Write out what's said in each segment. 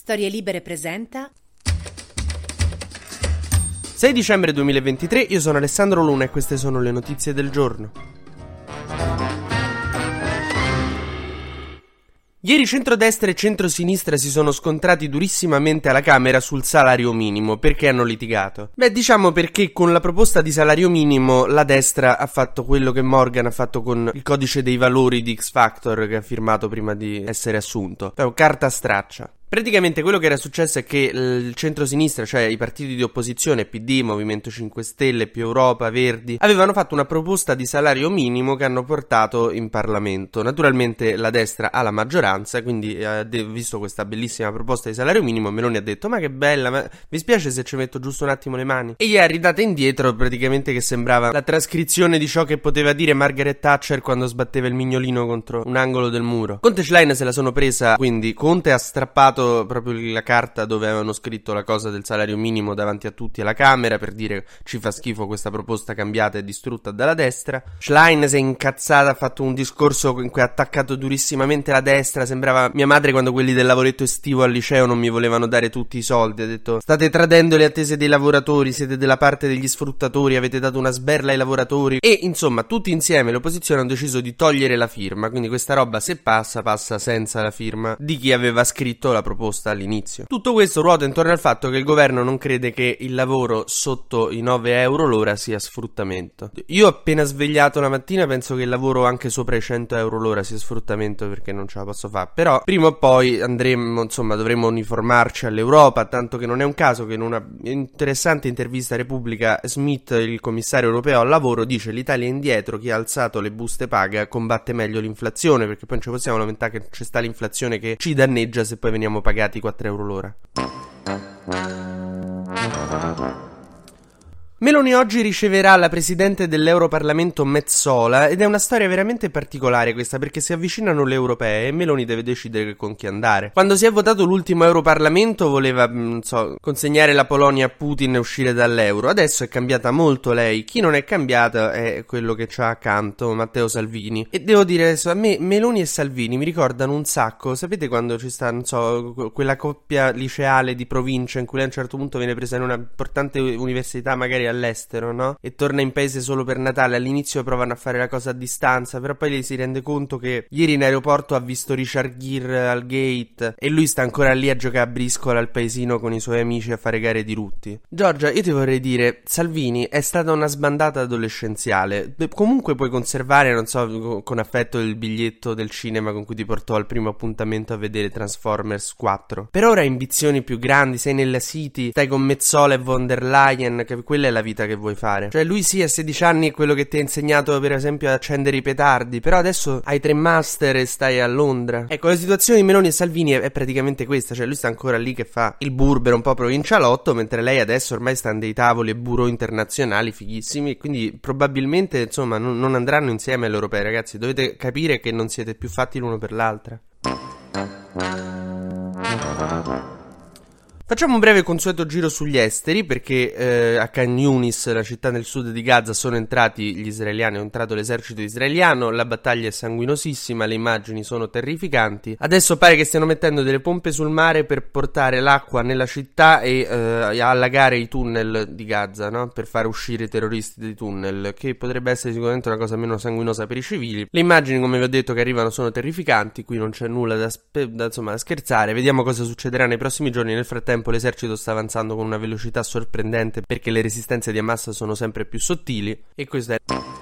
Storie Libere presenta 6 dicembre 2023, io sono Alessandro Luna e queste sono le notizie del giorno. Ieri centrodestra e centrosinistra si sono scontrati durissimamente alla Camera sul salario minimo. Perché hanno litigato? Diciamo perché con la proposta di salario minimo la destra ha fatto quello che Morgan ha fatto con il codice dei valori di X Factor che ha firmato prima di essere assunto. Carta straccia. Praticamente quello che era successo è che il centro-sinistra, cioè i partiti di opposizione, PD, Movimento 5 Stelle, Più Europa, Verdi, avevano fatto una proposta di salario minimo che hanno portato in Parlamento. Naturalmente la destra ha la maggioranza, quindi visto questa bellissima proposta di salario minimo, Meloni ha detto: ma che bella, ma vi spiace se ci metto giusto un attimo le mani? E gli ha ridata indietro praticamente che sembrava la trascrizione di ciò che poteva dire Margaret Thatcher quando sbatteva il mignolino contro un angolo del muro. Conte e Schlein se la sono presa, quindi Conte ha strappato proprio la carta dove avevano scritto la cosa del salario minimo davanti a tutti alla Camera per dire ci fa schifo questa proposta cambiata e distrutta dalla destra. Schlein si è incazzata, ha fatto un discorso in cui ha attaccato durissimamente la destra, sembrava mia madre quando quelli del lavoretto estivo al liceo non mi volevano dare tutti i soldi, ha detto state tradendo le attese dei lavoratori, siete della parte degli sfruttatori, avete dato una sberla ai lavoratori e insomma tutti insieme l'opposizione hanno deciso di togliere la firma, quindi questa roba se passa senza la firma di chi aveva scritto la proposta all'inizio. Tutto questo ruota intorno al fatto che il governo non crede che il lavoro sotto i 9 euro l'ora sia sfruttamento. Io appena svegliato la mattina penso che il lavoro anche sopra i 100 euro l'ora sia sfruttamento perché non ce la posso fare, però prima o poi dovremo uniformarci all'Europa, tanto che non è un caso che in una interessante intervista a Repubblica Smith, il commissario europeo al lavoro, dice l'Italia è indietro, chi ha alzato le buste paga combatte meglio l'inflazione, perché poi non ci possiamo lamentare che c'è sta l'inflazione che ci danneggia se poi veniamo pagati 4 euro l'ora. Meloni oggi riceverà la presidente dell'Europarlamento Metsola ed è una storia veramente particolare questa perché si avvicinano le europee e Meloni deve decidere con chi andare. Quando si è votato l'ultimo Europarlamento voleva, consegnare la Polonia a Putin e uscire dall'euro. Adesso è cambiata molto lei. Chi non è cambiata è quello che c'ha accanto, Matteo Salvini. E devo dire adesso, a me Meloni e Salvini mi ricordano un sacco. Sapete quando ci sta, quella coppia liceale di provincia in cui lei a un certo punto viene presa in una importante università magari all'estero, no? E torna in paese solo per Natale. All'inizio provano a fare la cosa a distanza, però poi lei si rende conto che ieri in aeroporto ha visto Richard Gere al gate e lui sta ancora lì a giocare a briscola al paesino con i suoi amici a fare gare di rutti. Giorgia, io ti vorrei dire, Salvini è stata una sbandata adolescenziale. Comunque puoi conservare, con affetto il biglietto del cinema con cui ti portò al primo appuntamento a vedere Transformers 4. Per ora hai ambizioni più grandi, sei nella City, stai con Metsola e von der Leyen, che quella è la vita che vuoi fare. Cioè lui sì, a 16 anni è quello che ti ha insegnato per esempio ad accendere i petardi, però adesso hai 3 master e stai a Londra. Ecco, la situazione di Meloni e Salvini è praticamente questa, cioè lui sta ancora lì che fa il burbero un po' provincialotto, mentre lei adesso ormai sta in dei tavoli e bureau internazionali fighissimi e quindi probabilmente non andranno insieme alle europee. Ragazzi, dovete capire che non siete più fatti l'uno per l'altra. Facciamo un breve consueto giro sugli esteri perché a Khan Yunis, la città nel sud di Gaza, sono entrati gli israeliani, è entrato l'esercito israeliano, la battaglia è sanguinosissima, le immagini sono terrificanti. Adesso pare che stiano mettendo delle pompe sul mare per portare l'acqua nella città e allagare i tunnel di Gaza, no? Per far uscire i terroristi dai tunnel, che potrebbe essere sicuramente una cosa meno sanguinosa per i civili. Le immagini, come vi ho detto, che arrivano sono terrificanti, qui non c'è nulla da scherzare, vediamo cosa succederà nei prossimi giorni. Nel frattempo l'esercito sta avanzando con una velocità sorprendente perché le resistenze di Hamas sono sempre più sottili e questo è...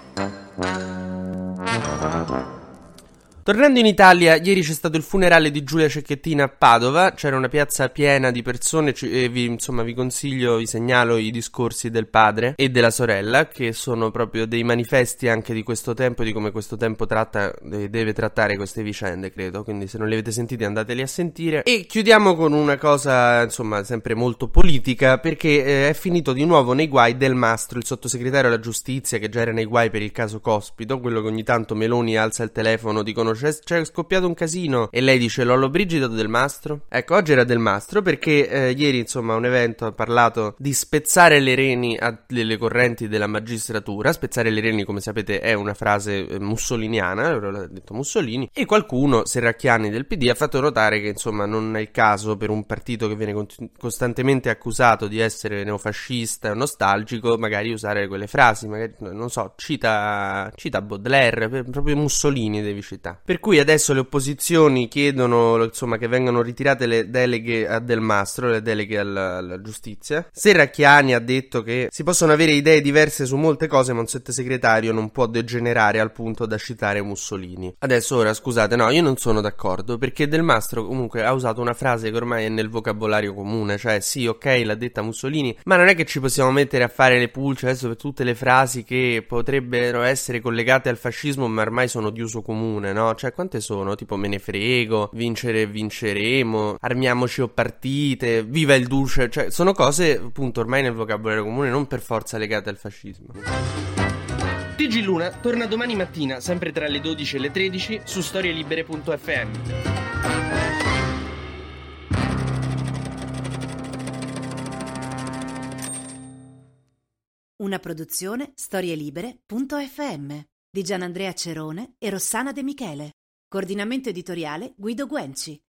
Tornando in Italia, ieri c'è stato il funerale di Giulia Cecchettin a Padova, c'era una piazza piena di persone e vi consiglio, vi segnalo i discorsi del padre e della sorella, che sono proprio dei manifesti anche di questo tempo, di come questo tempo tratta e deve trattare queste vicende, credo, quindi se non li avete sentiti andateli a sentire. E chiudiamo con una cosa, sempre molto politica, perché è finito di nuovo nei guai Del Mastro, il sottosegretario alla giustizia che già era nei guai per il caso Cospito, quello che ogni tanto Meloni alza il telefono, dicono c'è scoppiato un casino. E lei dice: Lollobrigida o Del Mastro? Ecco, oggi era Del Mastro perché ieri, insomma, un evento ha parlato di spezzare le reni delle correnti della magistratura. Spezzare le reni, come sapete, è una frase mussoliniana, l'ha detto Mussolini, e qualcuno, Serracchiani del PD, ha fatto notare che, insomma, non è il caso per un partito che viene costantemente accusato di essere neofascista, nostalgico, magari usare quelle frasi, magari, non so, cita Baudelaire, proprio Mussolini devi citare. Per cui adesso le opposizioni chiedono, insomma, che vengano ritirate le deleghe a Del Mastro, le deleghe alla giustizia. Serracchiani ha detto che si possono avere idee diverse su molte cose, ma un sottosegretario non può degenerare al punto da citare Mussolini. Adesso, ora, scusate, no, io non sono d'accordo, perché Del Mastro comunque ha usato una frase che ormai è nel vocabolario comune, cioè sì, ok, l'ha detta Mussolini, ma non è che ci possiamo mettere a fare le pulce adesso per tutte le frasi che potrebbero essere collegate al fascismo, ma ormai sono di uso comune, no? Cioè, quante sono? Tipo, me ne frego, vincere e vinceremo, armiamoci o partite, viva il duce, cioè, sono cose, appunto, ormai nel vocabolario comune, non per forza legate al fascismo. TG Luna torna domani mattina, sempre tra le 12 e le 13, su storielibere.fm. Una produzione storielibere.fm di Gianandrea Cerone e Rossana De Michele. Coordinamento editoriale Guido Guenci.